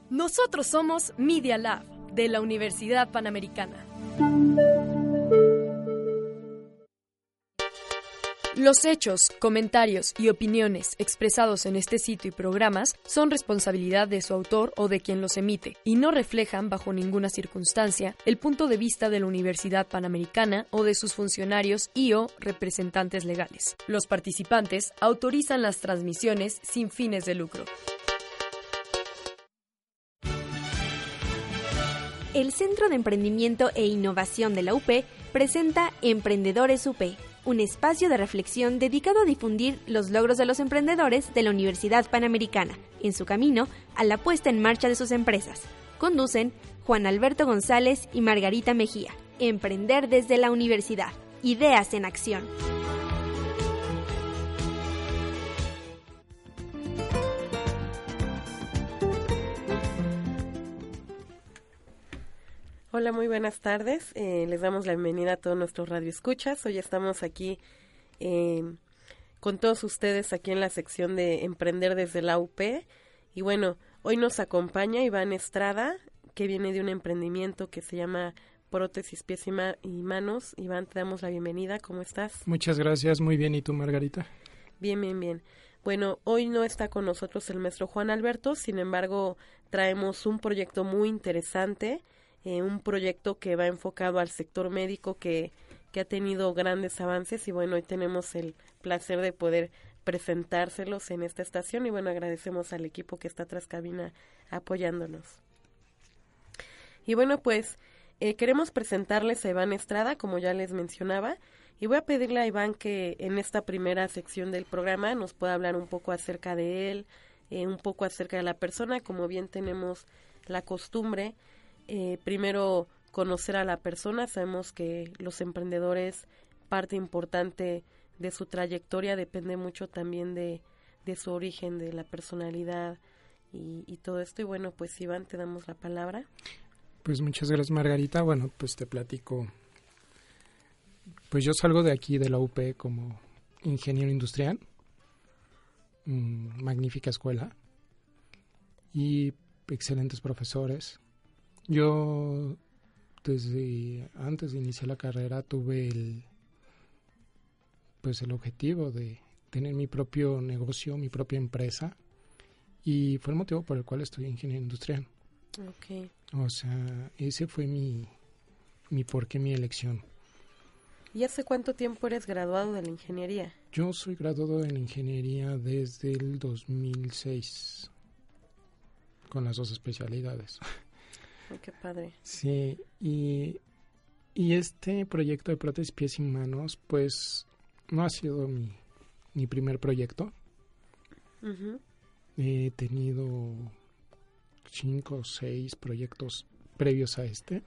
Nosotros somos Media Lab, de la Universidad Panamericana. Los hechos, comentarios y opiniones expresados en este sitio y programas son responsabilidad de su autor o de quien los emite y no reflejan bajo ninguna circunstancia el punto de vista de la Universidad Panamericana o de sus funcionarios y/o representantes legales. Los participantes autorizan las transmisiones sin fines de lucro. El Centro de Emprendimiento e Innovación de la UP presenta Emprendedores UP, un espacio de reflexión dedicado a difundir los logros de los emprendedores de la Universidad Panamericana en su camino a la puesta en marcha de sus empresas. Conducen Juan Alberto González y Margarita Mejía. Emprender desde la universidad. Ideas en acción. Hola, muy buenas tardes. Les damos la bienvenida a todos nuestros radioescuchas. Hoy estamos aquí con todos ustedes aquí en la sección de Emprender desde la UP. Y bueno, hoy nos acompaña Iván Estrada, que viene de un emprendimiento que se llama Prótesis Pies y Manos. Iván, te damos la bienvenida. ¿Cómo estás? Muchas gracias. Muy bien. ¿Y tú, Margarita? Bien, bien, bien. Bueno, hoy no está con nosotros el maestro Juan Alberto, sin embargo, traemos un proyecto muy interesante. Un proyecto que va enfocado al sector médico que ha tenido grandes avances y bueno, hoy tenemos el placer de poder presentárselos en esta estación y bueno, agradecemos al equipo que está tras cabina apoyándonos. Y bueno, pues queremos presentarles a Iván Estrada, como ya les mencionaba, y voy a pedirle a Iván que en esta primera sección del programa nos pueda hablar un poco acerca de él, un poco acerca de la persona, como bien tenemos la costumbre. Primero conocer a la persona. Sabemos que los emprendedores, parte importante de su trayectoria depende mucho también de su origen, de la personalidad y todo esto. Y bueno, pues Iván, te damos la palabra. Pues muchas gracias, Margarita. Bueno, pues te platico. Pues yo salgo de aquí de la UP como ingeniero industrial, magnífica escuela y excelentes profesores. Yo, desde antes de iniciar la carrera, tuve el objetivo de tener mi propio negocio, mi propia empresa, y fue el motivo por el cual estudié ingeniería industrial. Okay. O sea, ese fue mi porqué, mi elección. ¿Y hace cuánto tiempo eres graduado de la ingeniería? Yo soy graduado de la ingeniería desde el 2006, con las 2 especialidades. Oh, qué padre. Sí, y este proyecto de prótesis pies y manos, pues, no ha sido mi primer proyecto. Uh-huh. He tenido 5 o 6 proyectos previos a este,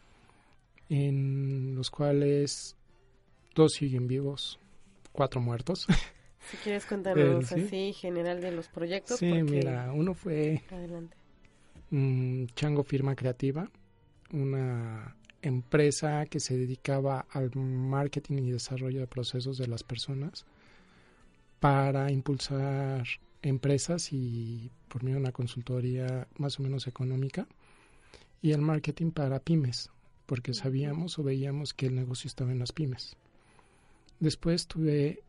en los cuales 2 siguen vivos, 4 muertos. Si quieres contarnos ¿sí? así, general de los proyectos. Sí, porque... mira, uno fue... Adelante. Chango Firma Creativa, una empresa que se dedicaba al marketing y desarrollo de procesos de las personas para impulsar empresas y por medio de una consultoría más o menos económica y el marketing para pymes, porque sabíamos o veíamos que el negocio estaba en las pymes. Después tuve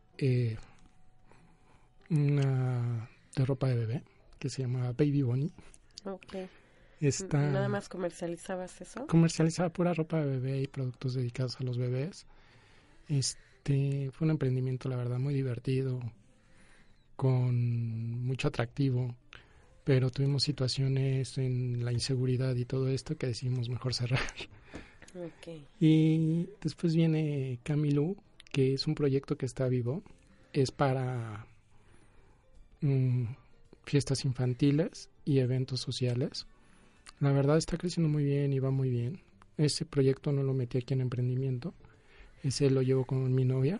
una de ropa de bebé que se llama Baby Bonnie. Okay. ¿Nada más comercializabas eso? Comercializaba pura ropa de bebé y productos dedicados a los bebés. Fue un emprendimiento, la verdad, muy divertido, con mucho atractivo, pero tuvimos situaciones en la inseguridad y todo esto que decidimos mejor cerrar. Okay. Y después viene Camilú, que es un proyecto que está vivo, es para fiestas infantiles y eventos sociales. La verdad está creciendo muy bien y va muy bien. Ese proyecto no lo metí aquí en emprendimiento, ese lo llevo con mi novia.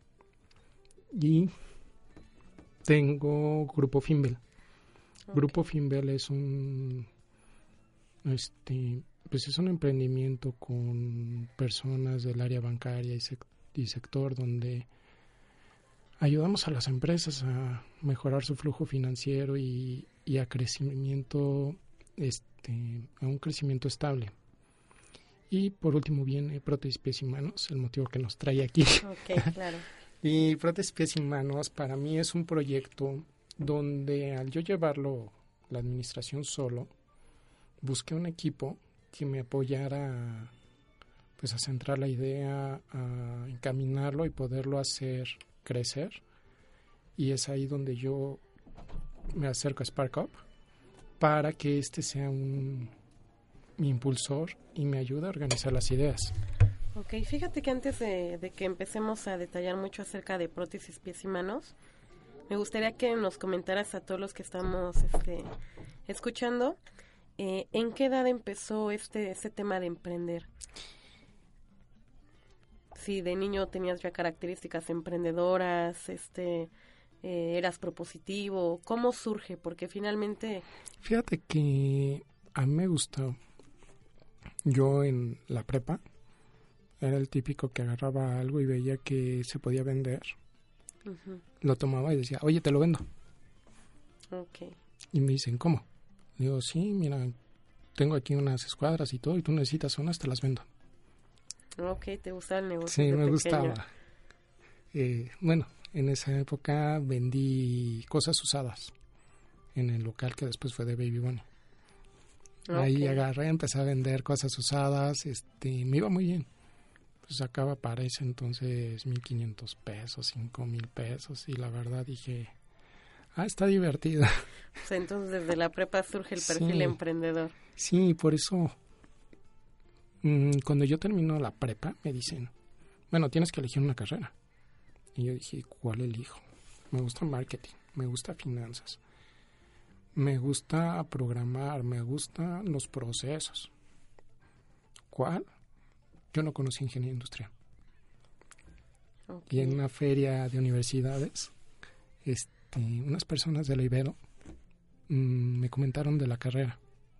Y tengo Grupo Fimbel. Okay. Grupo Fimbel es un pues es un emprendimiento con personas del área bancaria y sector donde ayudamos a las empresas a mejorar su flujo financiero y a crecimiento a un crecimiento estable. Y por último viene Prótesis Pies y Manos, el motivo que nos trae aquí. Ok, claro. Y Prótesis Pies y Manos para mí es un proyecto donde al yo llevarlo la administración solo, busqué un equipo que me apoyara pues a centrar la idea, a encaminarlo y poderlo hacer crecer. Y es ahí donde yo me acerco a Spark Up para que sea mi impulsor y me ayude a organizar las ideas. Ok, fíjate que antes de que empecemos a detallar mucho acerca de prótesis pies y manos, me gustaría que nos comentaras a todos los que estamos escuchando, ¿en qué edad empezó ese tema de emprender? Si de niño tenías ya características emprendedoras, eras propositivo, ¿cómo surge? Porque finalmente... Fíjate que a mí me gustó. Yo en la prepa era el típico que agarraba algo y veía que se podía vender. Uh-huh. Lo tomaba y decía, oye, te lo vendo. Okay. Y me dicen, ¿cómo? Digo, sí, mira, tengo aquí unas escuadras y todo, y tú necesitas unas, te las vendo. Ok, ¿te gustaba el negocio? Sí, me pequeño? Gustaba. Bueno, en esa época vendí cosas usadas en el local que después fue de Baby Bunny. Okay. Ahí agarré, empecé a vender cosas usadas, me iba muy bien. Pues sacaba para ese entonces 1,500 pesos, 5,000 pesos, y la verdad dije, está divertido. O sea, entonces desde la prepa surge el perfil emprendedor. Sí, por eso cuando yo termino la prepa me dicen, bueno, tienes que elegir una carrera. Y yo dije, ¿cuál elijo? Me gusta marketing, me gusta finanzas, me gusta programar, me gustan los procesos. ¿Cuál? Yo no conocí ingeniería industrial. Okay. Y en una feria de universidades, unas personas de la Ibero me comentaron de la carrera.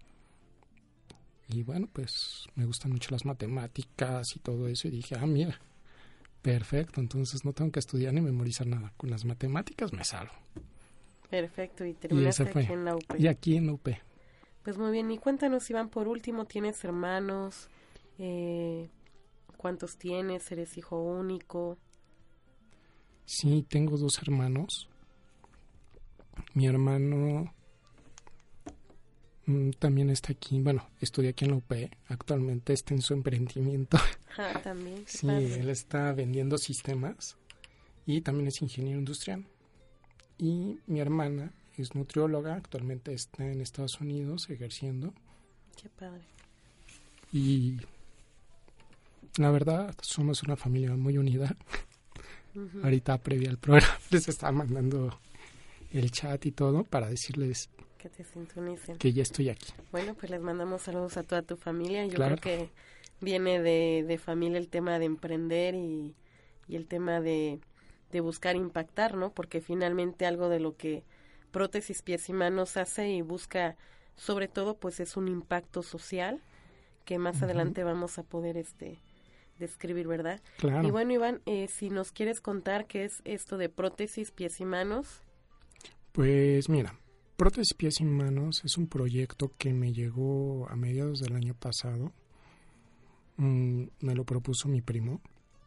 Y bueno, pues me gustan mucho las matemáticas y todo eso. Y dije, mira, perfecto, entonces no tengo que estudiar ni memorizar nada. Con las matemáticas me salvo. Perfecto, y terminaste aquí en la UP. Y aquí en la UP. Pues muy bien, y cuéntanos, Iván, por último, ¿tienes hermanos? ¿Cuántos tienes? ¿Eres hijo único? Sí, tengo 2 hermanos. Mi hermano también está aquí, bueno, estudia aquí en la UP, actualmente está en su emprendimiento. También. Sí, él está vendiendo sistemas y también es ingeniero industrial. Y mi hermana es nutrióloga, actualmente está en Estados Unidos ejerciendo. Qué padre. Y la verdad, somos una familia muy unida. Uh-huh. Ahorita, previa al programa, les estaba mandando el chat y todo para decirles que te sintonicen. Que ya estoy aquí. Bueno, pues les mandamos saludos a toda tu familia. Yo claro. Creo que viene de familia el tema de emprender y el tema de buscar impactar, ¿no? Porque finalmente algo de lo que Prótesis Pies y Manos hace y busca, sobre todo, pues es un impacto social que más uh-huh. adelante vamos a poder describir, ¿verdad? Claro. Y bueno, Iván, si nos quieres contar qué es esto de Prótesis Pies y Manos. Pues mira, Prótesis Pies y Manos es un proyecto que me llegó a mediados del año pasado. Me lo propuso mi primo.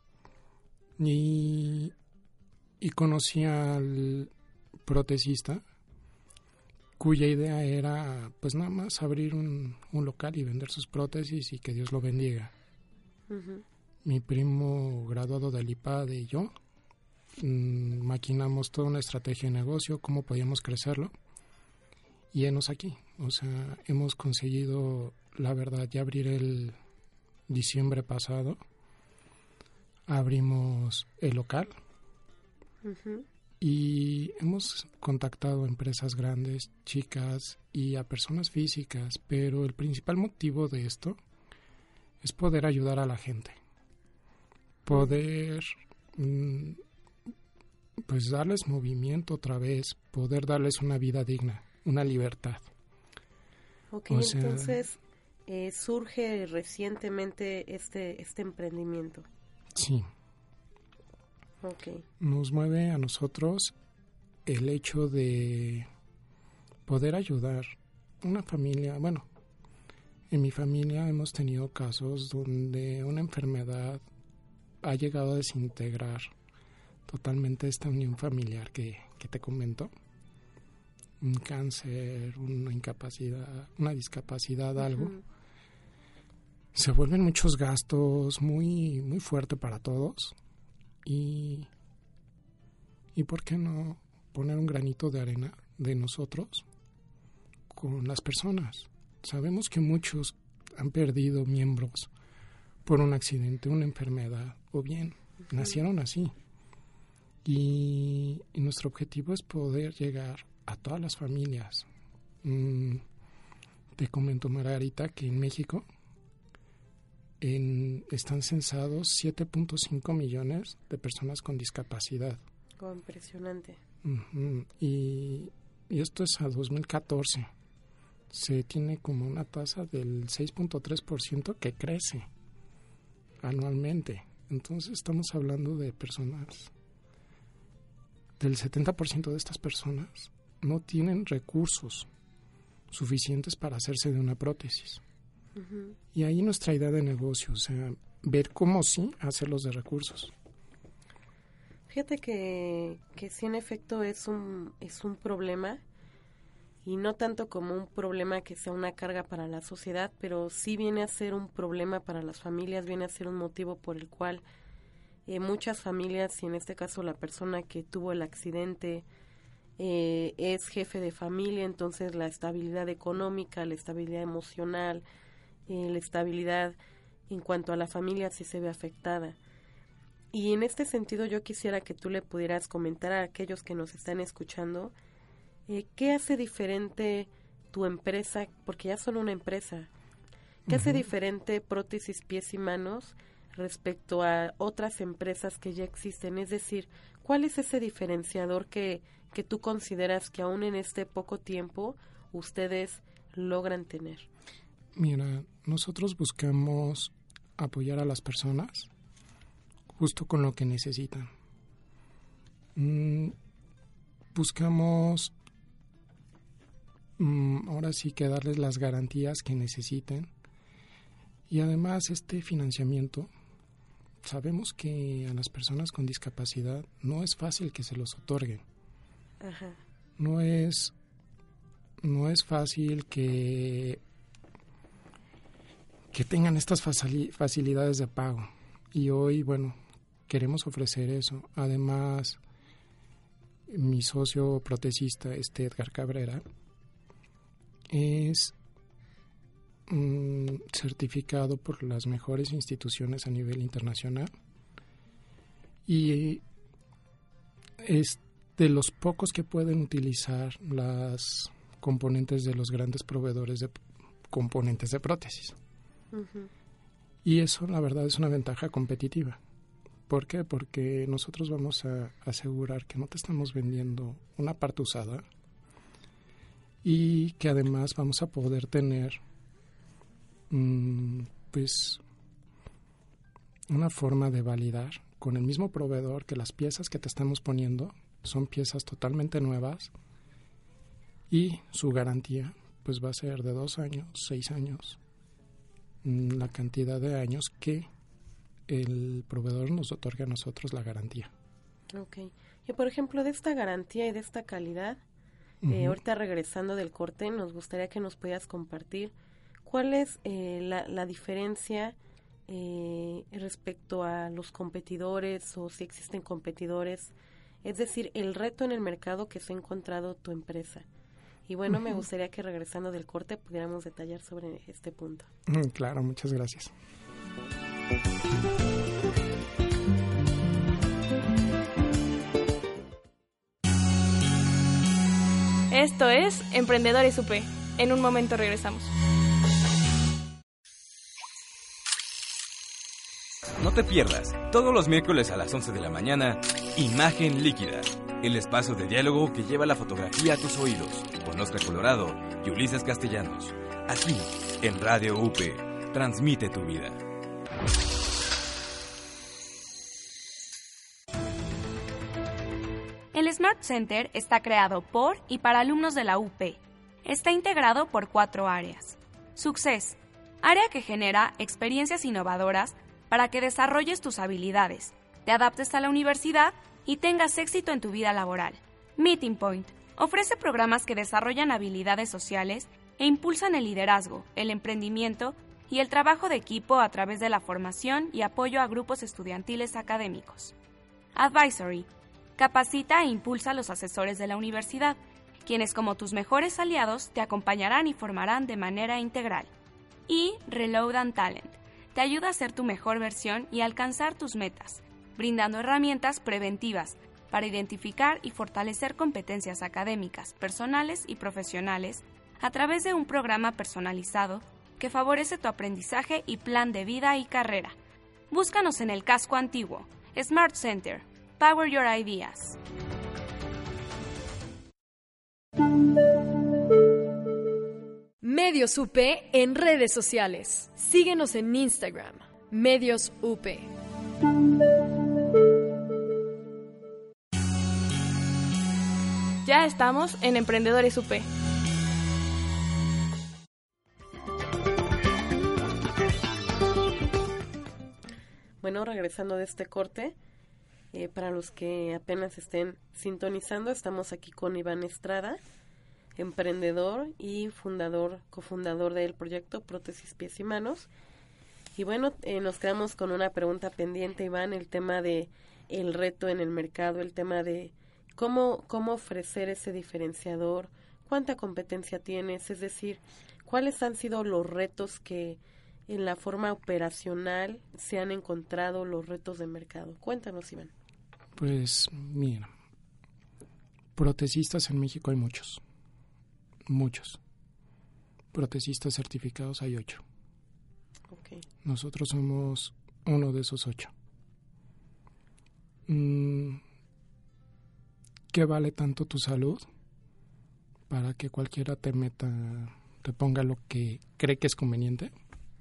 Y conocí al protesista, cuya idea era pues nada más abrir un local y vender sus prótesis y que Dios lo bendiga. Uh-huh. Mi primo graduado del IPAD y yo maquinamos toda una estrategia de negocio, cómo podíamos crecerlo, y enos aquí. O sea, hemos conseguido, la verdad, ya abrir el diciembre pasado, abrimos el local. Uh-huh. Y hemos contactado a empresas grandes, chicas y a personas físicas, pero el principal motivo de esto es poder ayudar a la gente, poder pues darles movimiento otra vez, poder darles una vida digna, una libertad. Ok, entonces surge recientemente este emprendimiento. Sí. Okay. Nos mueve a nosotros el hecho de poder ayudar una familia, bueno, en mi familia hemos tenido casos donde una enfermedad ha llegado a desintegrar totalmente esta unión familiar que te comento. Un cáncer, una incapacidad, una discapacidad, algo. Se vuelven muchos gastos muy, muy fuerte para todos. Y ¿por qué no poner un granito de arena de nosotros con las personas? Sabemos que muchos han perdido miembros por un accidente, una enfermedad, o bien nacieron así. Y nuestro objetivo es poder llegar a todas las familias. Te comento, Margarita, que en México están censados 7.5 millones de personas con discapacidad. Oh, impresionante. Y esto es a 2014. Se tiene como una tasa del 6.3% que crece anualmente. Entonces estamos hablando de personas, del 70% de estas personas no tienen recursos suficientes para hacerse de una prótesis. Y ahí nuestra idea de negocio, o sea, ver cómo sí hacerlos de recursos. Fíjate que sí, en efecto es un problema, y no tanto como un problema que sea una carga para la sociedad, pero sí viene a ser un problema para las familias, viene a ser un motivo por el cual muchas familias, y en este caso la persona que tuvo el accidente es jefe de familia, entonces la estabilidad económica, la estabilidad emocional, la estabilidad en cuanto a la familia sí se ve afectada. Y en este sentido yo quisiera que tú le pudieras comentar a aquellos que nos están escuchando, ¿qué hace diferente tu empresa? Porque ya son una empresa. ¿Qué hace diferente Prótesis Pies y Manos respecto a otras empresas que ya existen? Es decir, ¿cuál es ese diferenciador que tú consideras que aún en este poco tiempo ustedes logran tener? Mira, nosotros buscamos apoyar a las personas justo con lo que necesitan. Buscamos ahora sí que darles las garantías que necesiten, y además este financiamiento, sabemos que a las personas con discapacidad no es fácil que se los otorguen. Ajá. No es fácil que tengan estas facilidades de pago, y hoy, bueno, queremos ofrecer eso. Además, mi socio protesista, Edgar Cabrera, es certificado por las mejores instituciones a nivel internacional y es de los pocos que pueden utilizar las componentes de los grandes proveedores de componentes de prótesis. Y eso, la verdad, es una ventaja competitiva. ¿Por qué? Porque nosotros vamos a asegurar que no te estamos vendiendo una parte usada, y que además vamos a poder tener pues una forma de validar con el mismo proveedor que las piezas que te estamos poniendo son piezas totalmente nuevas, y su garantía pues va a ser de 2 años, 6 años, la cantidad de años que el proveedor nos otorga a nosotros la garantía. Okay. Y por ejemplo, de esta garantía y de esta calidad, ahorita regresando del corte, nos gustaría que nos pudieras compartir cuál es la diferencia respecto a los competidores, o si existen competidores, es decir, el reto en el mercado que se ha encontrado tu empresa. Y bueno, me gustaría que regresando del corte pudiéramos detallar sobre este punto. Claro, muchas gracias. Esto es Emprendedores UP. En un momento regresamos. No te pierdas, todos los miércoles a las 11 de la mañana, Imagen Líquida, el espacio de diálogo que lleva la fotografía a tus oídos, con Oscar Colorado y Ulises Castellanos. Aquí, en Radio UP, transmite tu vida. El Smart Center está creado por y para alumnos de la UP. está integrado por 4 áreas. Success, área que genera experiencias innovadoras para que desarrolles tus habilidades, te adaptes a la universidad y tengas éxito en tu vida laboral. Meeting Point, ofrece programas que desarrollan habilidades sociales e impulsan el liderazgo, el emprendimiento y el trabajo de equipo a través de la formación y apoyo a grupos estudiantiles académicos. Advisory, capacita e impulsa a los asesores de la universidad, quienes como tus mejores aliados te acompañarán y formarán de manera integral. Y Reload and Talent, te ayuda a ser tu mejor versión y alcanzar tus metas, brindando herramientas preventivas para identificar y fortalecer competencias académicas, personales y profesionales a través de un programa personalizado que favorece tu aprendizaje y plan de vida y carrera. Búscanos en el casco antiguo. Smart Center. Power Your Ideas. Medios UP en redes sociales. Síguenos en Instagram, Medios UP. Ya estamos en Emprendedores UP. Bueno, regresando de este corte, para los que apenas estén sintonizando, estamos aquí con Iván Estrada, emprendedor y cofundador del proyecto Prótesis Pies y Manos. Y bueno, nos quedamos con una pregunta pendiente, Iván, el tema de el reto en el mercado, el tema de cómo ofrecer ese diferenciador, cuánta competencia tienes, es decir, cuáles han sido los retos que en la forma operacional se han encontrado, los retos de mercado. Cuéntanos, Iván. Pues mira, protecistas en México hay muchos. Protecistas certificados hay 8. Okay. Nosotros somos uno de esos 8. ¿Qué vale tanto tu salud para que cualquiera te ponga lo que cree que es conveniente?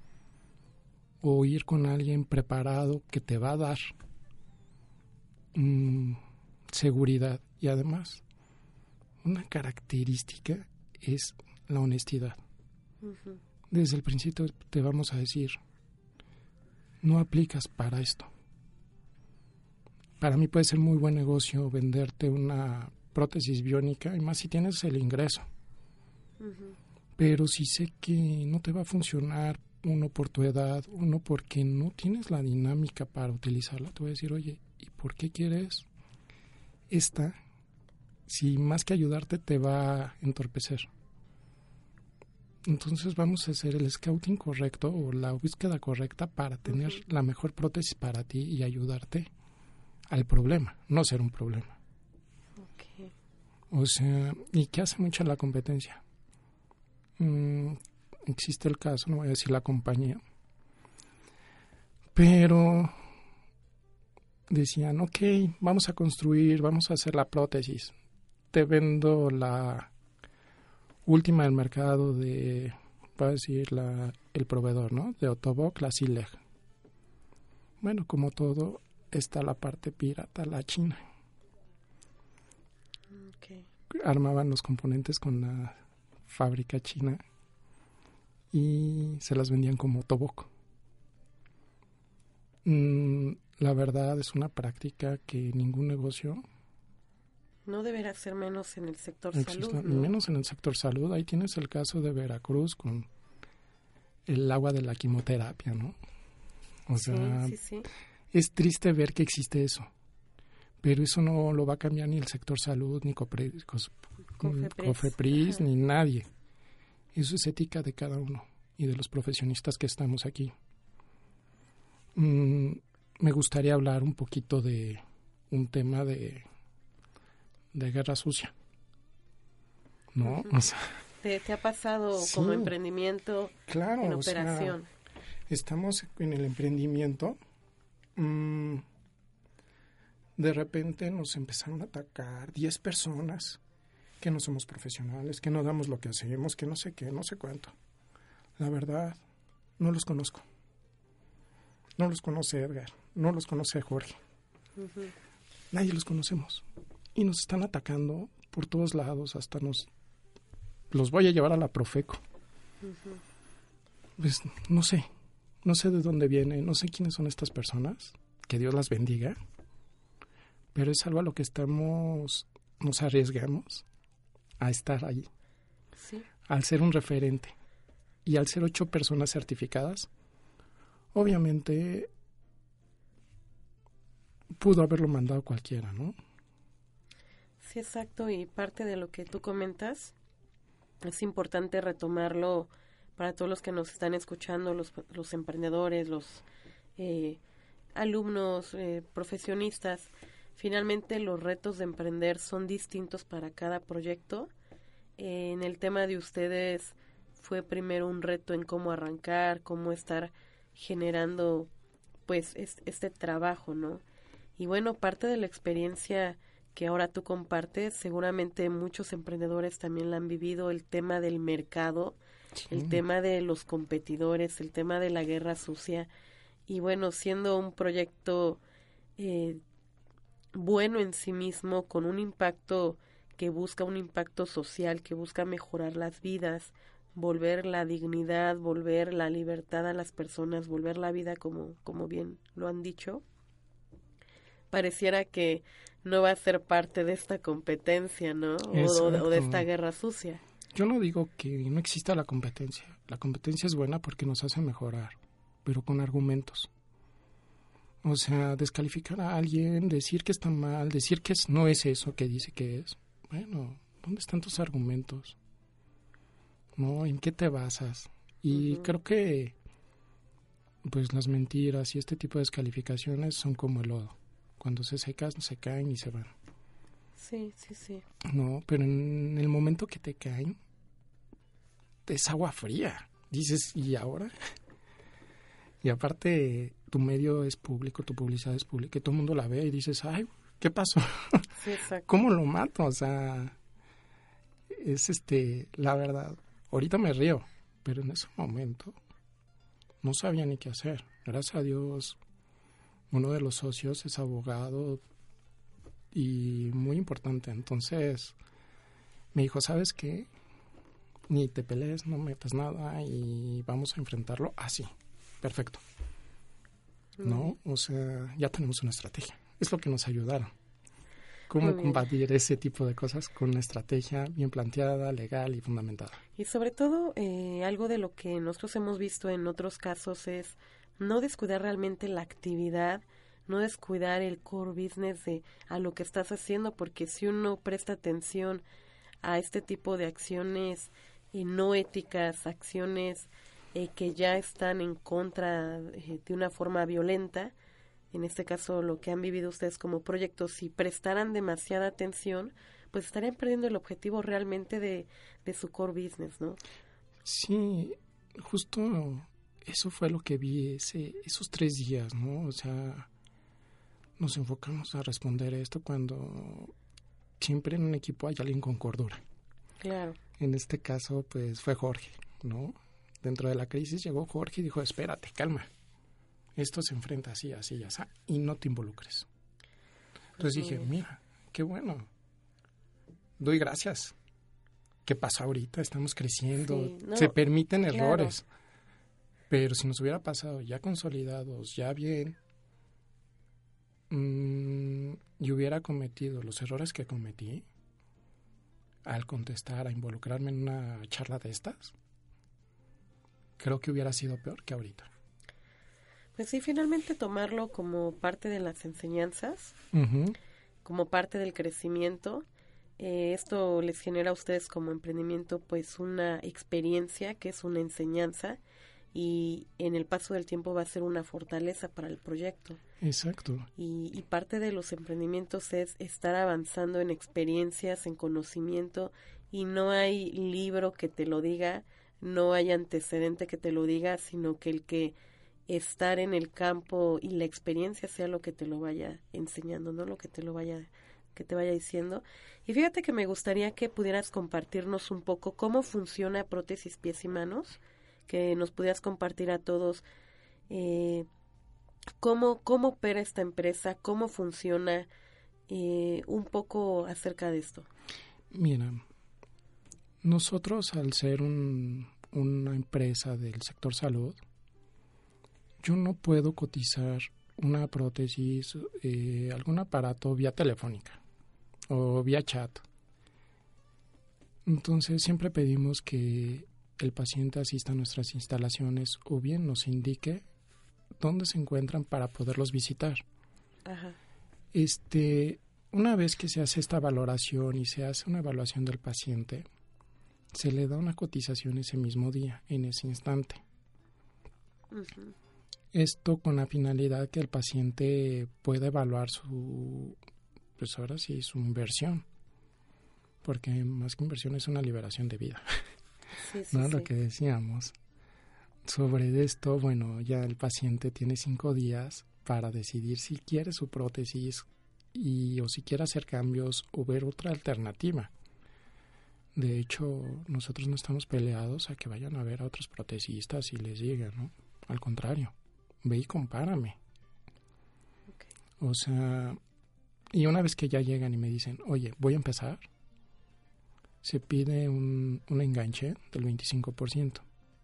O ir con alguien preparado que te va a dar seguridad. Y además, una característica es la honestidad. Uh-huh. Desde el principio te vamos a decir, no aplicas para esto. Para mí puede ser muy buen negocio venderte una prótesis biónica, y más si tienes el ingreso. Uh-huh. Pero si sé que no te va a funcionar, uno por tu edad, uno porque no tienes la dinámica para utilizarla, te voy a decir, oye, ¿y por qué quieres esta? Si más que ayudarte te va a entorpecer. Entonces vamos a hacer el scouting correcto o la búsqueda correcta para tener uh-huh. la mejor prótesis para ti y ayudarte al problema, no ser un problema. Okay. O sea, ¿y qué hace mucho la competencia? Existe el caso, no voy a decir la compañía, pero decían, ok, vamos a construir, vamos a hacer la prótesis, te vendo la última del mercado de, voy a decir, el proveedor, ¿no? De Ottobock, la Sileg. Bueno, como todo, está la parte pirata, la China. Okay. Armaban los componentes con la fábrica china y se las vendían como Ottobock. La verdad es una práctica que ningún negocio no deberá ser menos en el sector existe, salud, ¿no? Menos en el sector salud. Ahí tienes el caso de Veracruz con el agua de la quimioterapia, ¿no? O sea, sí. Es triste ver que existe eso, pero eso no lo va a cambiar ni el sector salud, ni Cofepris, ni nadie. Eso es ética de cada uno y de los profesionistas que estamos aquí. Me gustaría hablar un poquito de un tema de guerra sucia, ¿no? Uh-huh. O sea, ¿Te ha pasado sí, como emprendimiento claro, en operación? Sea, estamos en el emprendimiento. De repente nos empezaron a atacar 10 personas que no somos profesionales, que no damos lo que hacemos, que no sé qué, no sé cuánto. La verdad, no los conozco. No los conoce Edgar, no los conoce Jorge. Uh-huh. Nadie los conocemos. Y nos están atacando por todos lados, hasta nos los voy a llevar a la Profeco. Pues no sé de dónde viene, no sé quiénes son estas personas, que Dios las bendiga, pero es algo a lo que nos arriesgamos a estar ahí, Sí. al ser un referente y al ser 8 personas certificadas. Obviamente pudo haberlo mandado cualquiera, ¿no? Sí, exacto, y parte de lo que tú comentas es importante retomarlo para todos los que nos están escuchando, los emprendedores, los alumnos, profesionistas. Finalmente los retos de emprender son distintos para cada proyecto. En el tema de ustedes fue primero un reto en cómo arrancar, cómo estar generando pues este trabajo, ¿no? Y bueno, parte de la experiencia que ahora tú compartes, seguramente muchos emprendedores también la han vivido, el tema del mercado, el tema de los competidores, el tema de la guerra sucia. Y bueno, siendo un proyecto bueno en sí mismo, con un impacto que busca un impacto social, que busca mejorar las vidas, volver la dignidad, volver la libertad a las personas, volver la vida como bien lo han dicho, pareciera que no va a ser parte de esta competencia, ¿no? O de esta guerra sucia. Yo no digo que no exista la competencia. La competencia es buena porque nos hace mejorar, pero con argumentos. O sea, descalificar a alguien, decir que está mal, decir que no es eso que dice que es. Bueno, ¿dónde están tus argumentos? ¿No? ¿En qué te basas? Y creo que pues las mentiras y este tipo de descalificaciones son como el lodo. Cuando se secan, se caen y se van. Sí, sí, sí. No, pero en el momento que te caen, es agua fría. Dices, ¿y ahora? Y aparte, tu medio es público, tu publicidad es pública, y todo el mundo la ve y dices, ay, ¿qué pasó? Sí, exacto. ¿Cómo lo mato? O sea, es la verdad. Ahorita me río, pero en ese momento no sabía ni qué hacer. Gracias a Dios, uno de los socios es abogado y muy importante. Entonces me dijo, ¿sabes qué? Ni te pelees, no metas nada y vamos a enfrentarlo así. Perfecto. ¿No? O sea, ya tenemos una estrategia. Es lo que nos ayudaron. ¿Cómo combatir ese tipo de cosas con una estrategia bien planteada, legal y fundamentada? Y sobre todo, algo de lo que nosotros hemos visto en otros casos es no descuidar realmente la actividad, no descuidar el core business a lo que estás haciendo, porque si uno presta atención a este tipo de acciones no éticas, acciones que ya están en contra de una forma violenta, en este caso lo que han vivido ustedes como proyectos, si prestaran demasiada atención, pues estarían perdiendo el objetivo realmente de su core business, ¿no? Sí, justo eso fue lo que vi esos 3 días, ¿no? O sea, nos enfocamos a responder esto cuando siempre en un equipo hay alguien con cordura. Claro. En este caso, pues fue Jorge, ¿no? Dentro de la crisis llegó Jorge y dijo, espérate, calma. Esto se enfrenta así, así, así, y no te involucres. Entonces dije, mira, qué bueno. Doy gracias. ¿Qué pasa ahorita? Estamos creciendo. Sí, no, se permiten errores. claro. Pero si nos hubiera pasado ya consolidados, ya bien, y hubiera cometido los errores que cometí al contestar, a involucrarme en una charla de estas, creo que hubiera sido peor que ahorita. Pues sí, finalmente tomarlo como parte de las enseñanzas, como parte del crecimiento. Esto les genera a ustedes como emprendimiento pues una experiencia que es una enseñanza y en el paso del tiempo va a ser una fortaleza para el proyecto. Exacto. Y parte de los emprendimientos es estar avanzando en experiencias, en conocimiento, y no hay libro que te lo diga, no hay antecedente que te lo diga, sino que el que estar en el campo y la experiencia sea lo que te lo vaya enseñando, no lo que te vaya diciendo. Y fíjate que me gustaría que pudieras compartirnos un poco cómo funciona Prótesis Pies y Manos, que nos pudieras compartir a todos cómo opera esta empresa, cómo funciona, un poco acerca de esto. Mira, Nosotros, al ser una empresa del sector salud, yo no puedo cotizar una prótesis, algún aparato vía telefónica o vía chat. Entonces siempre pedimos que el paciente asista a nuestras instalaciones o bien nos indique dónde se encuentran para poderlos visitar. Ajá. Una vez que se hace esta valoración y se hace una evaluación del paciente, se le da una cotización ese mismo día, en ese instante. Uh-huh. Esto con la finalidad que el paciente pueda evaluar su inversión, porque más que inversión es una liberación de vida. Sí, ¿No? sí. Lo que decíamos. Sobre esto, bueno, ya el paciente tiene 5 días para decidir si quiere su prótesis o si quiere hacer cambios o ver otra alternativa. De hecho, nosotros no estamos peleados a que vayan a ver a otros protesistas y les digan, ¿no? Al contrario, ve y compárame. Okay. O sea, y una vez que ya llegan y me dicen, oye, voy a empezar, se pide un enganche del 25%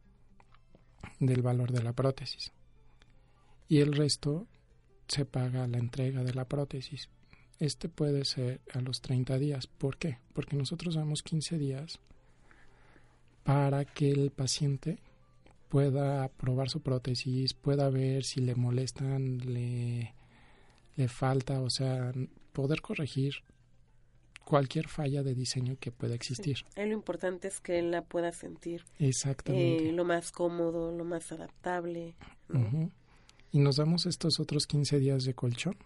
del valor de la prótesis. Y el resto se paga la entrega de la prótesis. Puede ser a los 30 días. ¿Por qué? Porque nosotros damos 15 días para que el paciente pueda probar su prótesis, pueda ver si le molestan, le falta, o sea, poder corregir cualquier falla de diseño que pueda existir. Sí. Lo importante es que él la pueda sentir. Exactamente. Lo más cómodo, lo más adaptable, ¿no? Uh-huh. Y nos damos estos otros 15 días de colchón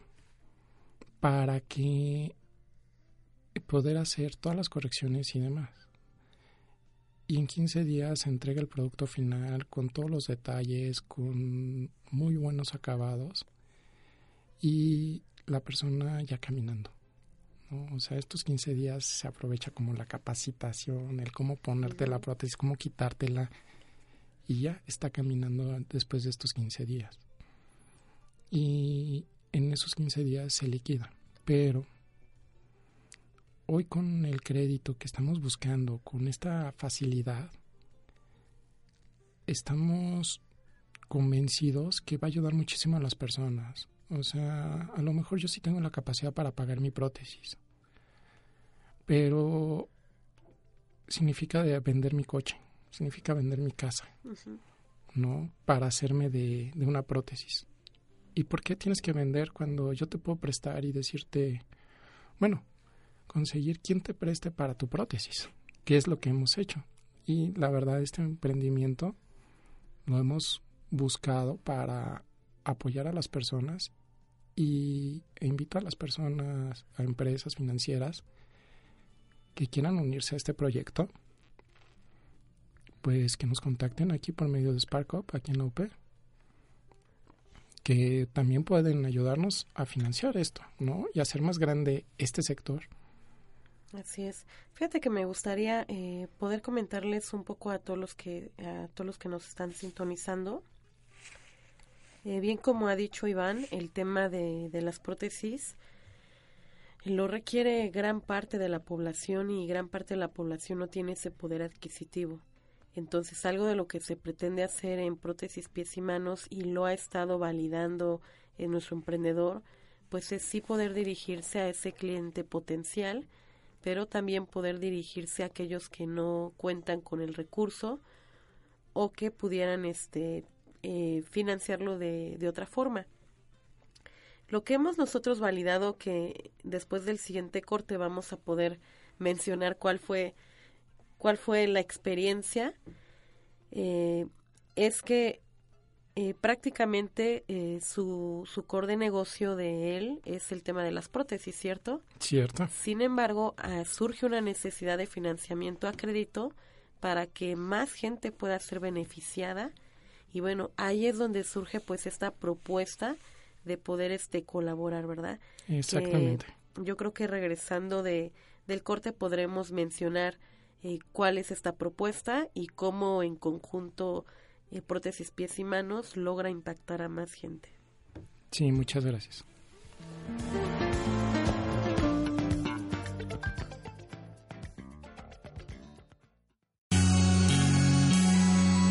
para que poder hacer todas las correcciones y demás. Y en 15 días se entrega el producto final con todos los detalles, con muy buenos acabados y la persona ya caminando, ¿no? O sea, estos 15 días se aprovecha como la capacitación, el cómo ponerte la prótesis, cómo quitártela y ya está caminando después de estos 15 días. Y en esos 15 días se liquida, pero hoy con el crédito que estamos buscando, con esta facilidad, estamos convencidos que va a ayudar muchísimo a las personas. O sea, a lo mejor yo sí tengo la capacidad para pagar mi prótesis, pero significa vender mi coche, significa vender mi casa, Uh-huh. ¿no? Para hacerme de una prótesis. ¿Y por qué tienes que vender cuando yo te puedo prestar y decirte, bueno, conseguir quien te preste para tu prótesis, que es lo que hemos hecho? Y la verdad, este emprendimiento lo hemos buscado para apoyar a las personas e invito a las personas, a empresas financieras que quieran unirse a este proyecto, pues que nos contacten aquí por medio de SparkUp, aquí en la UP, que también pueden ayudarnos a financiar esto, ¿no? Y hacer más grande este sector. Así es. Fíjate que me gustaría poder comentarles un poco a todos los que nos están sintonizando. Bien como ha dicho Iván, el tema de las prótesis lo requiere gran parte de la población y gran parte de la población no tiene ese poder adquisitivo. Entonces, algo de lo que se pretende hacer en prótesis pies y manos y lo ha estado validando en nuestro emprendedor, pues es sí poder dirigirse a ese cliente potencial, pero también poder dirigirse a aquellos que no cuentan con el recurso o que pudieran financiarlo de otra forma. Lo que hemos nosotros validado, que después del siguiente corte vamos a poder mencionar cuál fue la experiencia, es que prácticamente su core de negocio de él es el tema de las prótesis, ¿cierto? Cierto. Sin embargo, surge una necesidad de financiamiento a crédito para que más gente pueda ser beneficiada y bueno, ahí es donde surge pues esta propuesta de poder colaborar, ¿verdad? Exactamente. Yo creo que regresando del corte podremos mencionar cuál es esta propuesta y cómo en conjunto Prótesis Pies y Manos logra impactar a más gente. Sí, muchas gracias.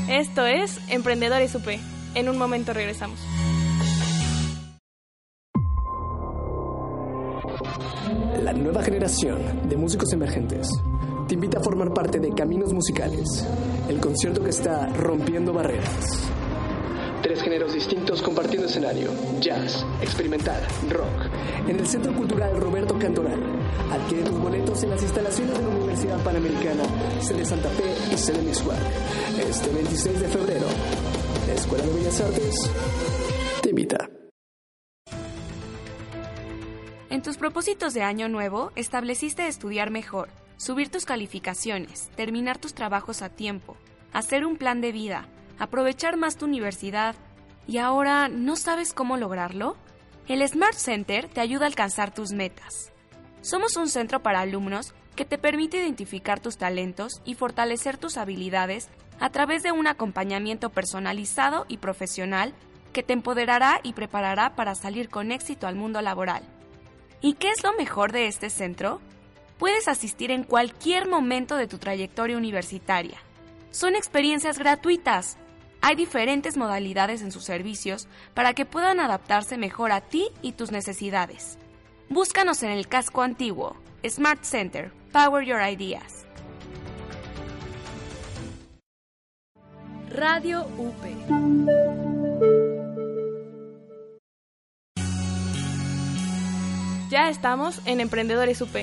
Esto es Emprendedores UP. En un momento regresamos. La nueva generación de músicos emergentes te invita a formar parte de Caminos Musicales, el concierto que está rompiendo barreras. 3 géneros distintos compartiendo escenario: jazz, experimental, rock, en el Centro Cultural Roberto Cantoral. Adquiere tus boletos en las instalaciones de la Universidad Panamericana, sede Santa Fe y sede Mixhuac. Este 26 de febrero, la Escuela de Bellas Artes te invita. En tus propósitos de año nuevo, estableciste estudiar mejor, subir tus calificaciones, terminar tus trabajos a tiempo, hacer un plan de vida, aprovechar más tu universidad, ¿y ahora no sabes cómo lograrlo? El Smart Center te ayuda a alcanzar tus metas. Somos un centro para alumnos que te permite identificar tus talentos y fortalecer tus habilidades a través de un acompañamiento personalizado y profesional que te empoderará y preparará para salir con éxito al mundo laboral. ¿Y qué es lo mejor de este centro? Puedes asistir en cualquier momento de tu trayectoria universitaria. Son experiencias gratuitas. Hay diferentes modalidades en sus servicios para que puedan adaptarse mejor a ti y tus necesidades. Búscanos en el casco antiguo. Smart Center. Power Your Ideas. Radio UP. Ya estamos en Emprendedores UP.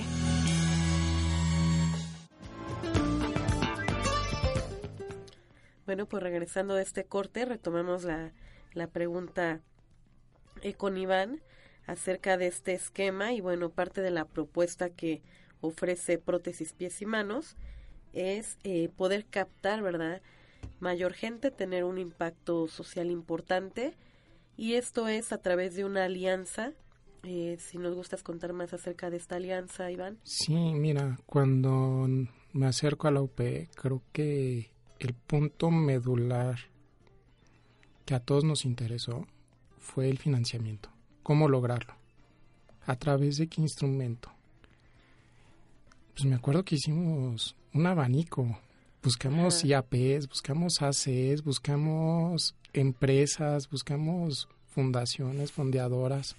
Bueno, pues regresando de este corte, retomamos la pregunta con Iván acerca de este esquema y bueno, parte de la propuesta que ofrece Prótesis Pies y Manos es poder captar, ¿verdad?, mayor gente, tener un impacto social importante y esto es a través de una alianza. Si nos gustas contar más acerca de esta alianza, Iván. Sí, mira, cuando me acerco a la UP, creo que el punto medular que a todos nos interesó fue el financiamiento. ¿Cómo lograrlo? ¿A través de qué instrumento? Pues me acuerdo que hicimos un abanico. Buscamos IAPs, buscamos ACs, buscamos empresas, buscamos fundaciones, fondeadoras.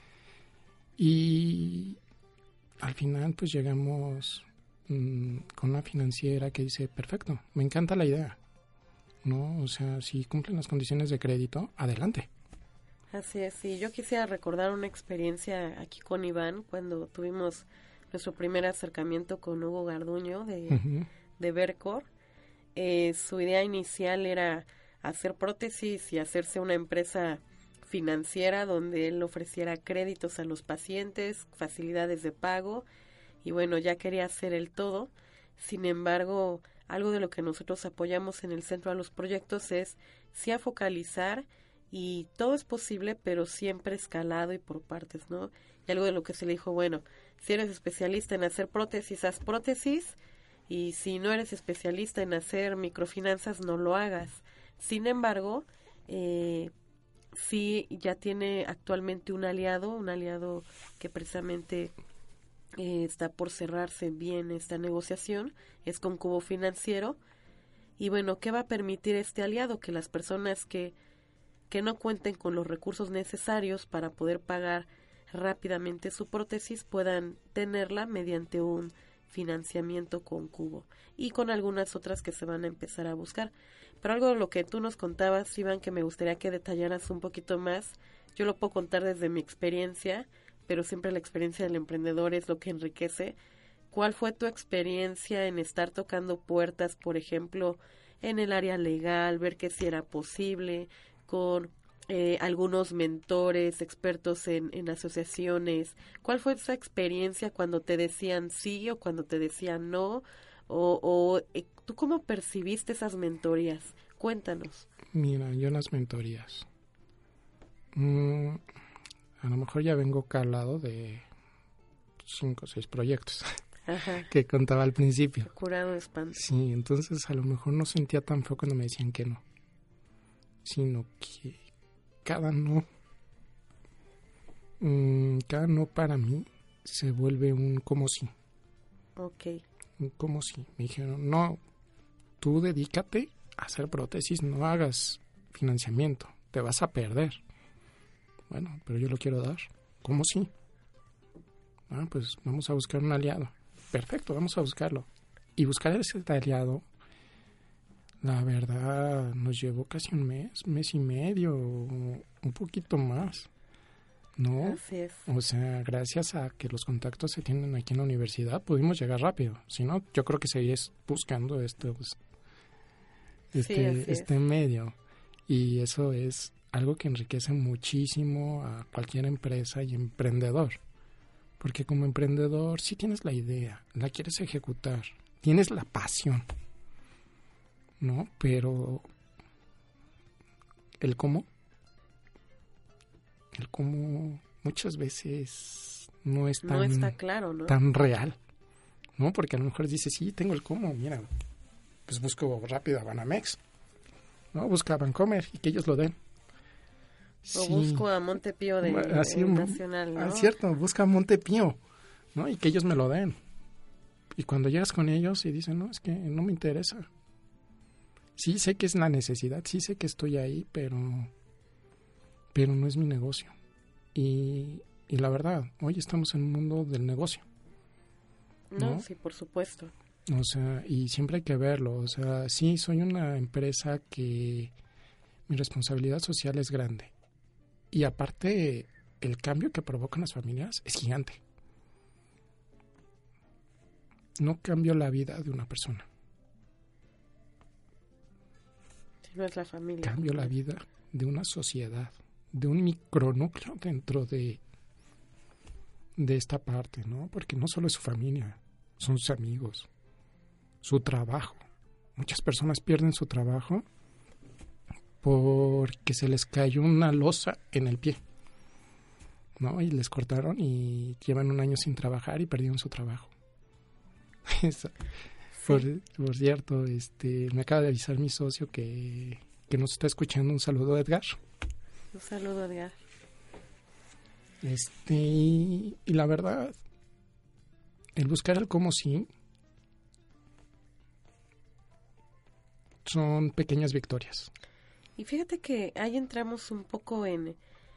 Y al final pues llegamos con una financiera que dice, perfecto, me encanta la idea, ¿no? O sea, si cumplen las condiciones de crédito, adelante. Así es, sí. Yo quisiera recordar una experiencia aquí con Iván cuando tuvimos nuestro primer acercamiento con Hugo Garduño de Vercor. Su idea inicial era hacer prótesis y hacerse una empresa financiera donde él ofreciera créditos a los pacientes, facilidades de pago y bueno, ya quería hacer el todo. Sin embargo, algo de lo que nosotros apoyamos en el centro a los proyectos es sí a focalizar y todo es posible, pero siempre escalado y por partes, ¿no? Y algo de lo que se le dijo, bueno, si eres especialista en hacer prótesis, haz prótesis y si no eres especialista en hacer microfinanzas, no lo hagas. Sin embargo, sí ya tiene actualmente un aliado que precisamente está por cerrarse bien esta negociación, es con Cubo Financiero. Y bueno, ¿qué va a permitir este aliado? Que las personas que no cuenten con los recursos necesarios para poder pagar rápidamente su prótesis puedan tenerla mediante un financiamiento con Cubo y con algunas otras que se van a empezar a buscar. Pero algo de lo que tú nos contabas, Iván, que me gustaría que detallaras un poquito más, yo lo puedo contar desde mi experiencia, pero siempre la experiencia del emprendedor es lo que enriquece. ¿Cuál fue tu experiencia en estar tocando puertas, por ejemplo, en el área legal, ver que si era posible, con algunos mentores, expertos en asociaciones? ¿Cuál fue esa experiencia cuando te decían sí o cuando te decían no? ¿Tú cómo percibiste esas mentorías? Cuéntanos. Mira, yo en las mentorías, a lo mejor ya vengo calado de 5 o 6 proyectos que contaba al principio. Curado de espanto. Sí, entonces a lo mejor no sentía tan feo cuando me decían que no, sino que cada no para mí se vuelve un como sí. Ok. Un como sí. Me dijeron, no, tú dedícate hacer prótesis, no hagas financiamiento, te vas a perder. Bueno, pero yo lo quiero dar. ¿Cómo sí? Pues vamos a buscar un aliado. Perfecto, vamos a buscarlo. Y buscar ese aliado, la verdad, nos llevó casi un mes y medio, un poquito más, ¿no? Así es. O sea, gracias a que los contactos se tienen aquí en la universidad, pudimos llegar rápido. Si no, yo creo que seguirías buscando este medio. Y eso es algo que enriquece muchísimo a cualquier empresa y emprendedor. Porque como emprendedor, sí tienes la idea, la quieres ejecutar, tienes la pasión, ¿no? Pero el cómo muchas veces no está claro, ¿no? Tan real, ¿no? Porque a lo mejor dices, sí, tengo el cómo, mira, pues busco rápido a Banamex, ¿no? Busca a Bancomer y que ellos lo den. O busco a Montepío de Nacional, ¿no? Es cierto, busca a Montepío, ¿no? Y que ellos me lo den. Y cuando llegas con ellos y dicen, no, es que no me interesa. Sí sé que es la necesidad, sí sé que estoy ahí, pero no es mi negocio. Y la verdad, hoy estamos en un mundo del negocio, ¿no? Sí, por supuesto. O sea, y siempre hay que verlo. O sea, sí, soy una empresa que mi responsabilidad social es grande. Y aparte, el cambio que provocan las familias es gigante. No cambio la vida de una persona. Si no es la familia. Cambio la vida de una sociedad, de un micronúcleo dentro de esta parte, ¿no? Porque no solo es su familia, son sus amigos, su trabajo. Muchas personas pierden su trabajo porque se les cayó una losa en el pie, ¿no? Y les cortaron y llevan un año sin trabajar y perdieron su trabajo. Por cierto, me acaba de avisar mi socio que nos está escuchando. Un saludo, Edgar. Un saludo, Edgar. Y la verdad, el buscar el cómo sí son pequeñas victorias. Y fíjate que ahí entramos un poco en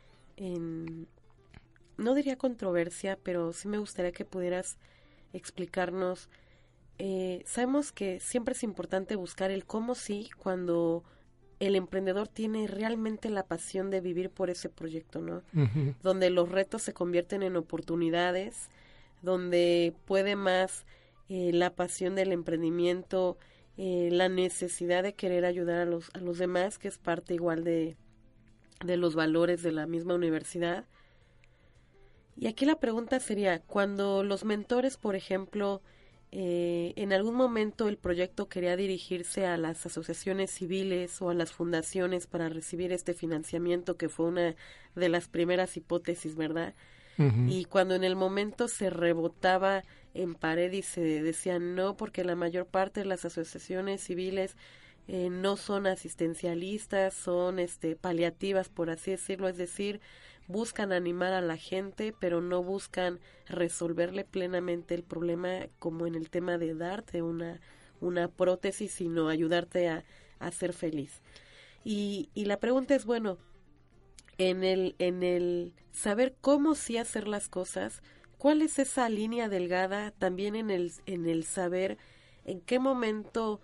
no diría controversia, pero sí me gustaría que pudieras explicarnos. Sabemos que siempre es importante buscar el cómo sí cuando el emprendedor tiene realmente la pasión de vivir por ese proyecto, ¿no? Uh-huh. Donde los retos se convierten en oportunidades, donde puede más la pasión del emprendimiento, la necesidad de querer ayudar a los demás, que es parte igual de los valores de la misma universidad. Y aquí la pregunta sería, cuando los mentores, por ejemplo, en algún momento el proyecto quería dirigirse a las asociaciones civiles o a las fundaciones para recibir este financiamiento, que fue una de las primeras hipótesis, ¿verdad? Uh-huh. Y cuando en el momento se rebotaba en pared y se decía no, porque la mayor parte de las asociaciones civiles no son asistencialistas, son paliativas, por así decirlo, es decir, buscan animar a la gente, pero no buscan resolverle plenamente el problema, como en el tema de darte una prótesis, sino ayudarte a ser feliz. Y la pregunta es, bueno, en el saber cómo sí hacer las cosas, ¿cuál es esa línea delgada también en el saber en qué momento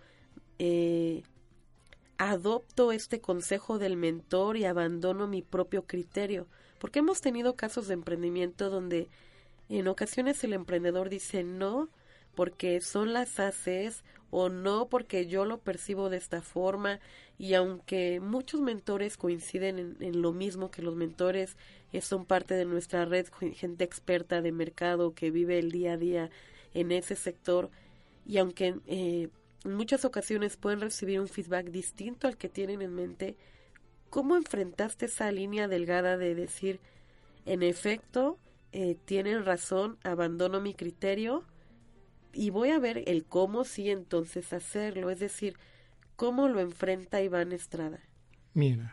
adopto este consejo del mentor y abandono mi propio criterio? Porque hemos tenido casos de emprendimiento donde en ocasiones el emprendedor dice no porque son las ACs o no porque yo lo percibo de esta forma, y aunque muchos mentores coinciden en lo mismo, que los mentores son parte de nuestra red, gente experta de mercado que vive el día a día en ese sector, y aunque en muchas ocasiones pueden recibir un feedback distinto al que tienen en mente, ¿cómo enfrentaste esa línea delgada de decir, en efecto, tienen razón, abandono mi criterio y voy a ver el cómo sí entonces hacerlo? Es decir, ¿cómo lo enfrenta Iván Estrada? Mira,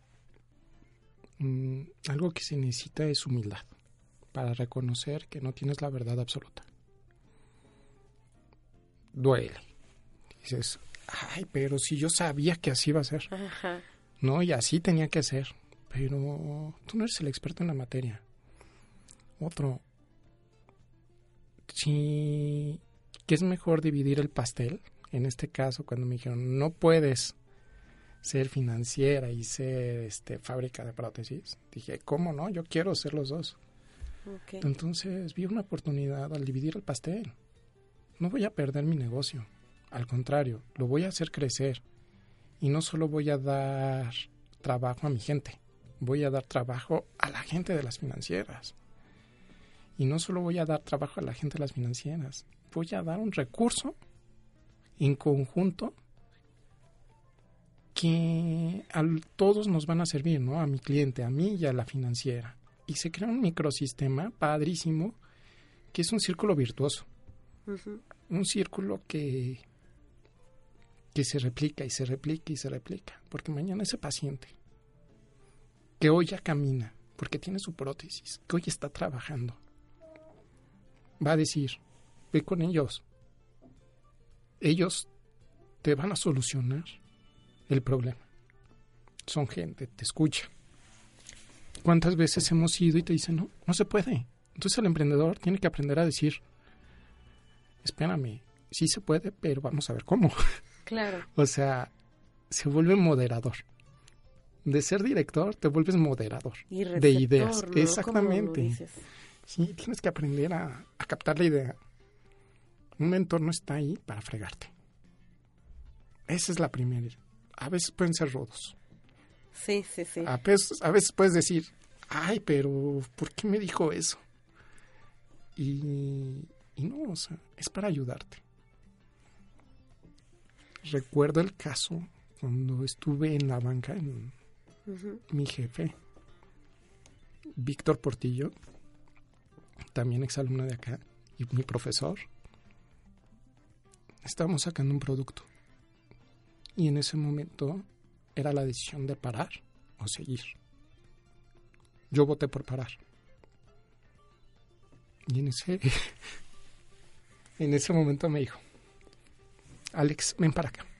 algo que se necesita es humildad para reconocer que no tienes la verdad absoluta. Duele. Dices, ay, pero si yo sabía que así iba a ser. Ajá. No, y así tenía que ser. Pero tú no eres el experto en la materia. Otro, sí, que es mejor dividir el pastel. En este caso, cuando me dijeron, no puedes ser financiera y ser fábrica de prótesis, dije, ¿cómo no? Yo quiero ser los dos. Okay. Entonces vi una oportunidad al dividir el pastel. No voy a perder mi negocio. Al contrario, lo voy a hacer crecer. Y no solo voy a dar trabajo a mi gente, voy a dar trabajo a la gente de las financieras. Y no solo voy a dar trabajo a la gente de las financieras, voy a dar un recurso en conjunto que a todos nos van a servir, ¿no? A mi cliente, a mí y a la financiera. Y se crea un microsistema padrísimo que es un círculo virtuoso. Uh-huh. Un círculo que se replica y se replica y se replica. Porque mañana ese paciente que hoy ya camina, porque tiene su prótesis, que hoy está trabajando, va a decir, ve con ellos. Ellos te van a solucionar el problema. Son gente, te escucha. ¿Cuántas veces hemos ido y te dicen, no se puede? Entonces el emprendedor tiene que aprender a decir, espérame, sí se puede, pero vamos a ver cómo. Claro. O sea, se vuelve moderador. De ser director, te vuelves moderador y receptor, de ideas. ¿no? Exactamente. Sí, tienes que aprender a captar la idea. Un mentor no está ahí para fregarte. Esa es la primera. A veces pueden ser rudos. Sí. A veces puedes decir, ay, pero ¿por qué me dijo eso? Y no, o sea, es para ayudarte. Recuerdo el caso cuando estuve en la banca, uh-huh. Mi jefe, Víctor Portillo, también exalumno de acá, y mi profesor, estábamos sacando un producto. Y en ese momento era la decisión de parar o seguir. Yo voté por parar. Y en ese momento me dijo, Alex, ven para acá.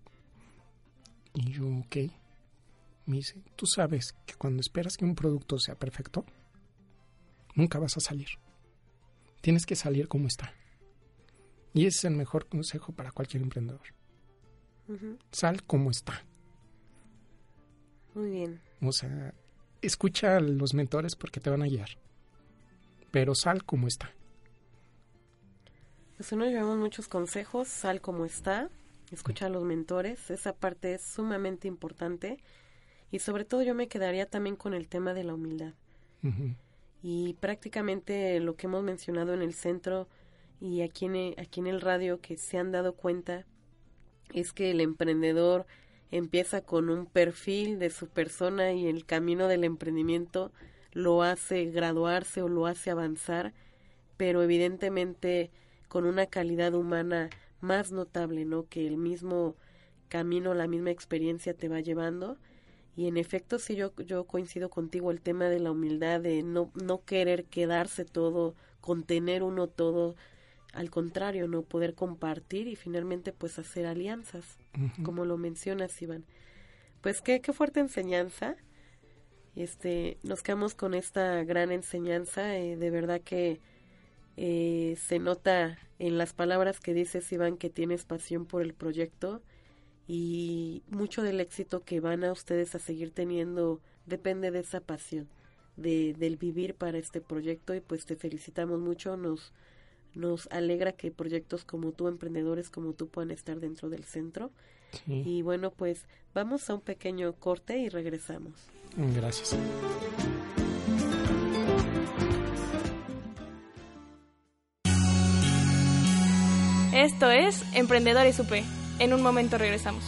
Y yo, ok. Me dice, tú sabes que cuando esperas que un producto sea perfecto, nunca vas a salir. Tienes que salir como está. Y ese es el mejor consejo para cualquier emprendedor. Uh-huh. Sal como está. Muy bien. O sea, escucha a los mentores porque te van a guiar. Pero sal como está. Pues nos llevamos muchos consejos, sal como está, escucha a los mentores, esa parte es sumamente importante y sobre todo yo me quedaría también con el tema de la humildad. Uh-huh. Y prácticamente lo que hemos mencionado en el centro y aquí en el radio que se han dado cuenta es que el emprendedor empieza con un perfil de su persona y el camino del emprendimiento lo hace graduarse o lo hace avanzar, pero evidentemente con una calidad humana más notable, ¿no? Que el mismo camino, la misma experiencia te va llevando. Y en efecto, sí, yo coincido contigo, el tema de la humildad, de no querer quedarse todo, contener uno todo, al contrario, no poder compartir y finalmente pues hacer alianzas, uh-huh. Como lo mencionas, Iván. Pues qué fuerte enseñanza. Nos quedamos con esta gran enseñanza, de verdad que se nota en las palabras que dices, Iván, que tienes pasión por el proyecto y mucho del éxito que van a ustedes a seguir teniendo depende de esa pasión, del vivir para este proyecto y pues te felicitamos mucho, nos alegra que proyectos como tú, emprendedores como tú puedan estar dentro del centro. Sí. Y bueno, pues vamos a un pequeño corte y regresamos. Gracias. Esto es Emprendedores UP. En un momento regresamos.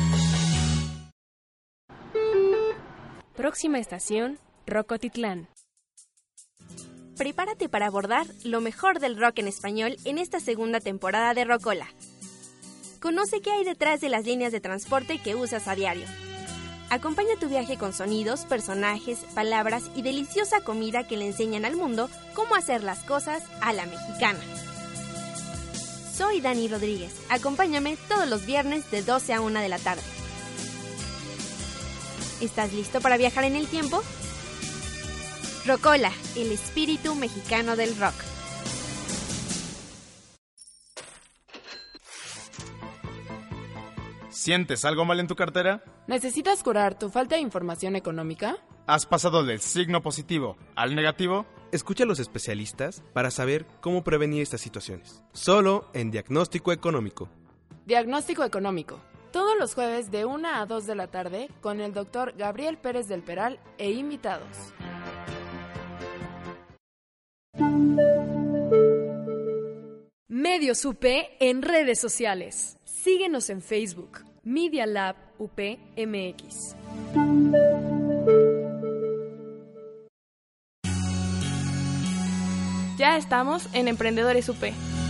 Próxima estación, Rocotitlán. Prepárate para abordar lo mejor del rock en español en esta segunda temporada de Rocola. Conoce qué hay detrás de las líneas de transporte que usas a diario. Acompaña tu viaje con sonidos, personajes, palabras y deliciosa comida que le enseñan al mundo cómo hacer las cosas a la mexicana. Soy Dani Rodríguez. Acompáñame todos los viernes de 12 a 1 de la tarde. ¿Estás listo para viajar en el tiempo? Rocola, el espíritu mexicano del rock. ¿Sientes algo mal en tu cartera? ¿Necesitas curar tu falta de información económica? ¿Has pasado del signo positivo al negativo? Escucha a los especialistas para saber cómo prevenir estas situaciones. Solo en Diagnóstico Económico. Diagnóstico Económico. Todos los jueves de 1 a 2 de la tarde con el Dr. Gabriel Pérez del Peral e invitados. Medios UP en redes sociales. Síguenos en Facebook, Media Lab UPMX. Ya estamos en Emprendedores UP.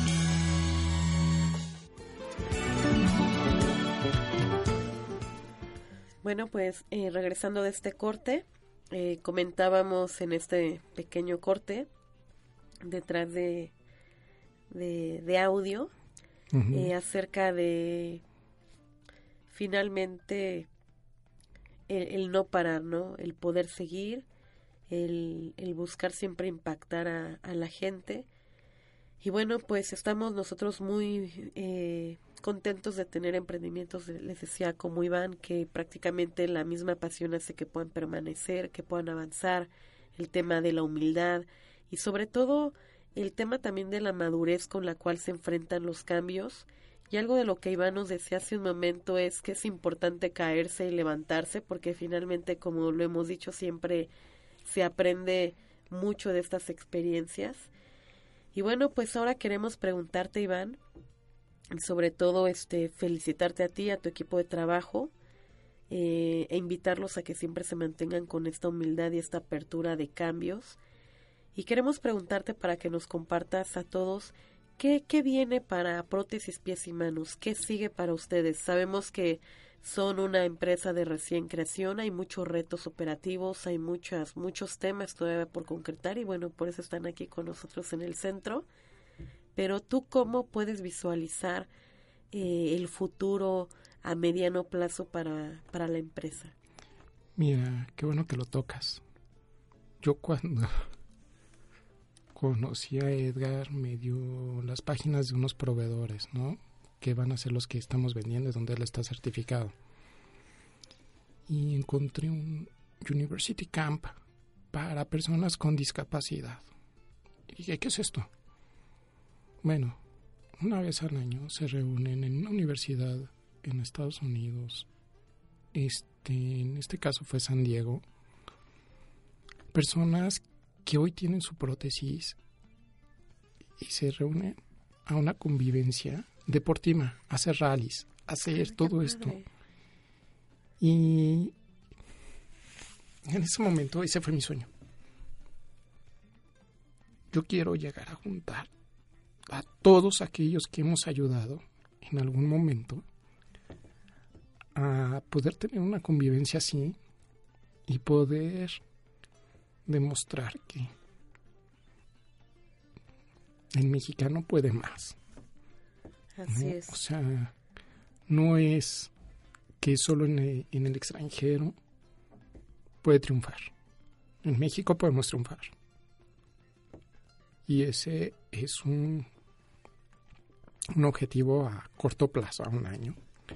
Bueno, pues regresando de este corte, comentábamos en este pequeño corte, detrás de audio, acerca de finalmente el no parar, ¿no? El poder seguir, el buscar siempre impactar a la gente. Y bueno, pues estamos nosotros muy contentos de tener emprendimientos, les decía, como Iván, que prácticamente la misma pasión hace que puedan permanecer, que puedan avanzar, el tema de la humildad y sobre todo el tema también de la madurez con la cual se enfrentan los cambios. Y algo de lo que Iván nos decía hace un momento es que es importante caerse y levantarse, porque finalmente, como lo hemos dicho siempre, se aprende mucho de estas experiencias. Y bueno, pues ahora queremos preguntarte, Iván, y sobre todo felicitarte a ti, a tu equipo de trabajo, e invitarlos a que siempre se mantengan con esta humildad y esta apertura de cambios. Y queremos preguntarte para que nos compartas a todos qué viene para Prótesis Pies y Manos, qué sigue para ustedes. Sabemos que son una empresa de recién creación, hay muchos retos operativos, hay muchos temas todavía por concretar y bueno, por eso están aquí con nosotros en el centro. Pero tú, ¿cómo puedes visualizar el futuro a mediano plazo para la empresa? Mira, qué bueno que lo tocas. Yo cuando conocí a Edgar me dio las páginas de unos proveedores, ¿no? Que van a ser los que estamos vendiendo, donde él está certificado. Y encontré un University Camp para personas con discapacidad. Y dije, ¿qué es esto? Bueno, una vez al año se reúnen en una universidad en Estados Unidos. En este caso fue San Diego. Personas que hoy tienen su prótesis y se reúnen a una convivencia deportiva, a hacer rallies, a hacer todo esto. Y en ese momento ese fue mi sueño. Yo quiero llegar a juntar a todos aquellos que hemos ayudado en algún momento a poder tener una convivencia así y poder demostrar que el mexicano puede más. Así ¿no? es. O sea, no es que solo en el extranjero puede triunfar. En México podemos triunfar. Y ese es un objetivo a corto plazo, a un año.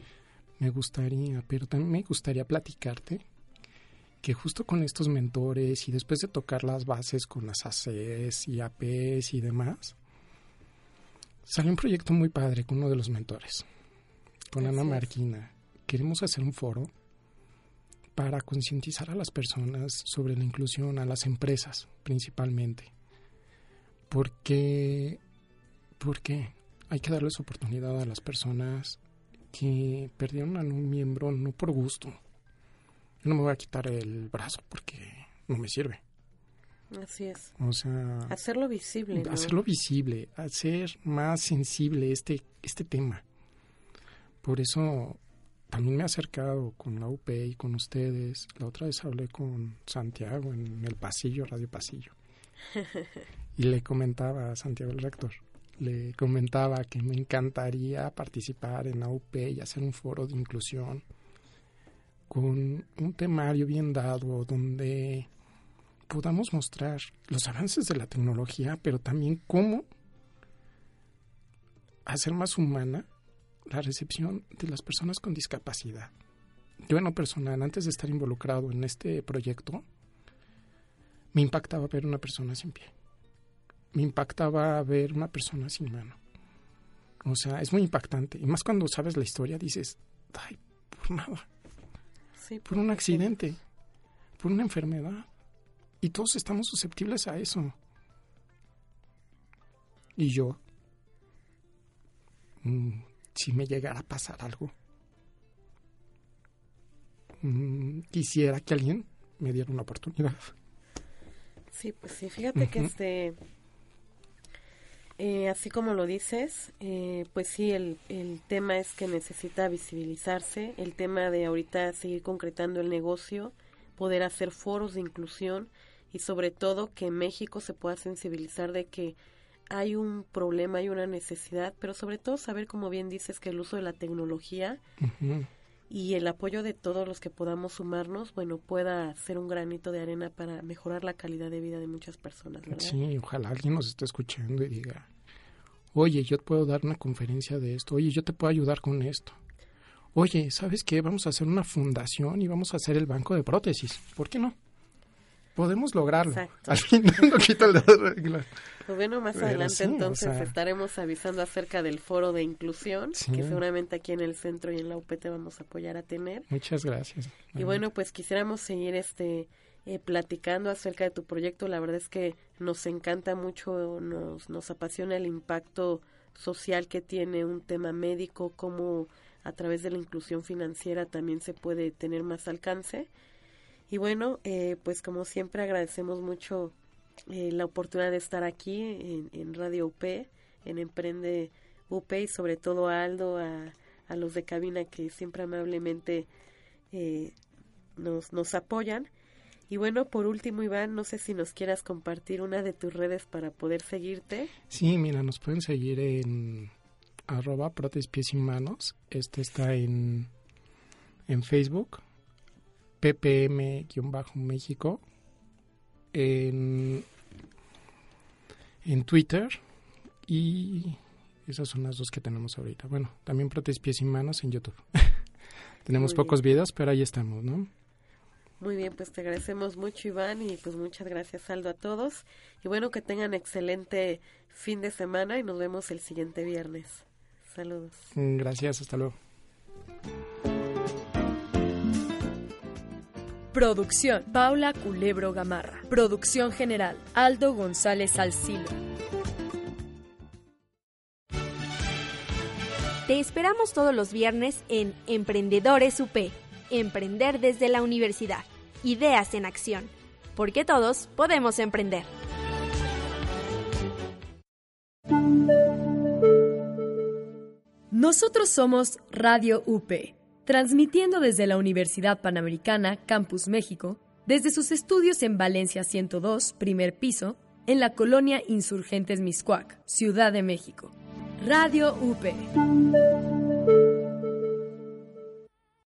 Pero también me gustaría platicarte que justo con estos mentores y después de tocar las bases con las ACs y APs y demás, salió un proyecto muy padre con uno de los mentores, con Ana Marquina. Queremos hacer un foro para concientizar a las personas sobre la inclusión, a las empresas principalmente. Porque hay que darles oportunidad a las personas que perdieron a un miembro no por gusto. Yo no me voy a quitar el brazo porque no me sirve. Así es. O sea, hacerlo visible, ¿no? Hacerlo visible, hacer más sensible este tema. Por eso también me he acercado con la UP y con ustedes. La otra vez hablé con Santiago en el pasillo, Radio Pasillo. Y le comentaba a Santiago, el rector, le comentaba que me encantaría participar en la UP y hacer un foro de inclusión con un temario bien dado donde podamos mostrar los avances de la tecnología, pero también cómo hacer más humana la recepción de las personas con discapacidad. Yo en lo personal, antes de estar involucrado en este proyecto, me impactaba ver una persona sin pie. Me impactaba ver una persona sin mano. O sea, es muy impactante. Y más cuando sabes la historia, dices, ay, por nada. Sí, por un accidente, por una enfermedad. Y todos estamos susceptibles a eso. Y yo, si me llegara a pasar algo, quisiera que alguien me diera una oportunidad. Sí, pues sí, fíjate que así como lo dices, pues sí, el tema es que necesita visibilizarse, el tema de ahorita seguir concretando el negocio, poder hacer foros de inclusión y sobre todo que México se pueda sensibilizar de que hay un problema, hay una necesidad, pero sobre todo saber, como bien dices, que el uso de la tecnología y el apoyo de todos los que podamos sumarnos, bueno, pueda ser un granito de arena para mejorar la calidad de vida de muchas personas, ¿verdad? Sí, ojalá alguien nos esté escuchando y diga, oye, yo te puedo dar una conferencia de esto, oye, yo te puedo ayudar con esto. Oye, ¿sabes qué? Vamos a hacer una fundación y vamos a hacer el banco de prótesis. ¿Por qué no? Podemos lograrlo. Exacto. Al final no quito el dedo de regla. Pues bueno, más Pero adelante sí, entonces estaremos avisando acerca del foro de inclusión, sí, que seguramente aquí en el centro y en la UP te vamos a apoyar a tener. Muchas gracias. Y bueno, pues quisiéramos seguir platicando acerca de tu proyecto. La verdad es que nos encanta mucho, nos apasiona el impacto social que tiene un tema médico, cómo a través de la inclusión financiera también se puede tener más alcance. Y bueno, pues como siempre agradecemos mucho la oportunidad de estar aquí en Radio UP, en Emprende UP, y sobre todo a Aldo, a los de cabina que siempre amablemente nos apoyan. Y bueno, por último, Iván, no sé si nos quieras compartir una de tus redes para poder seguirte. Sí, mira, nos pueden seguir en @prótesis-pies-y-manos. Está en Facebook, ppm-méxico, en Twitter, y esas son las dos que tenemos ahorita. Bueno, también Prótesis Pies y Manos en YouTube. Tenemos pocos videos, pero ahí estamos, ¿no? Muy bien, pues te agradecemos mucho, Iván, y pues muchas gracias, Aldo, a todos. Y bueno, que tengan excelente fin de semana y nos vemos el siguiente viernes. Saludos. Gracias, hasta luego. Producción, Paula Culebro Gamarra. Producción general, Aldo González Salcilo. Te esperamos todos los viernes en Emprendedores UP. Emprender desde la universidad. Ideas en acción. Porque todos podemos emprender. Nosotros somos Radio UP, transmitiendo desde la Universidad Panamericana, Campus México, desde sus estudios en Valencia 102, primer piso, en la colonia Insurgentes Mixcoac, Ciudad de México. Radio UP.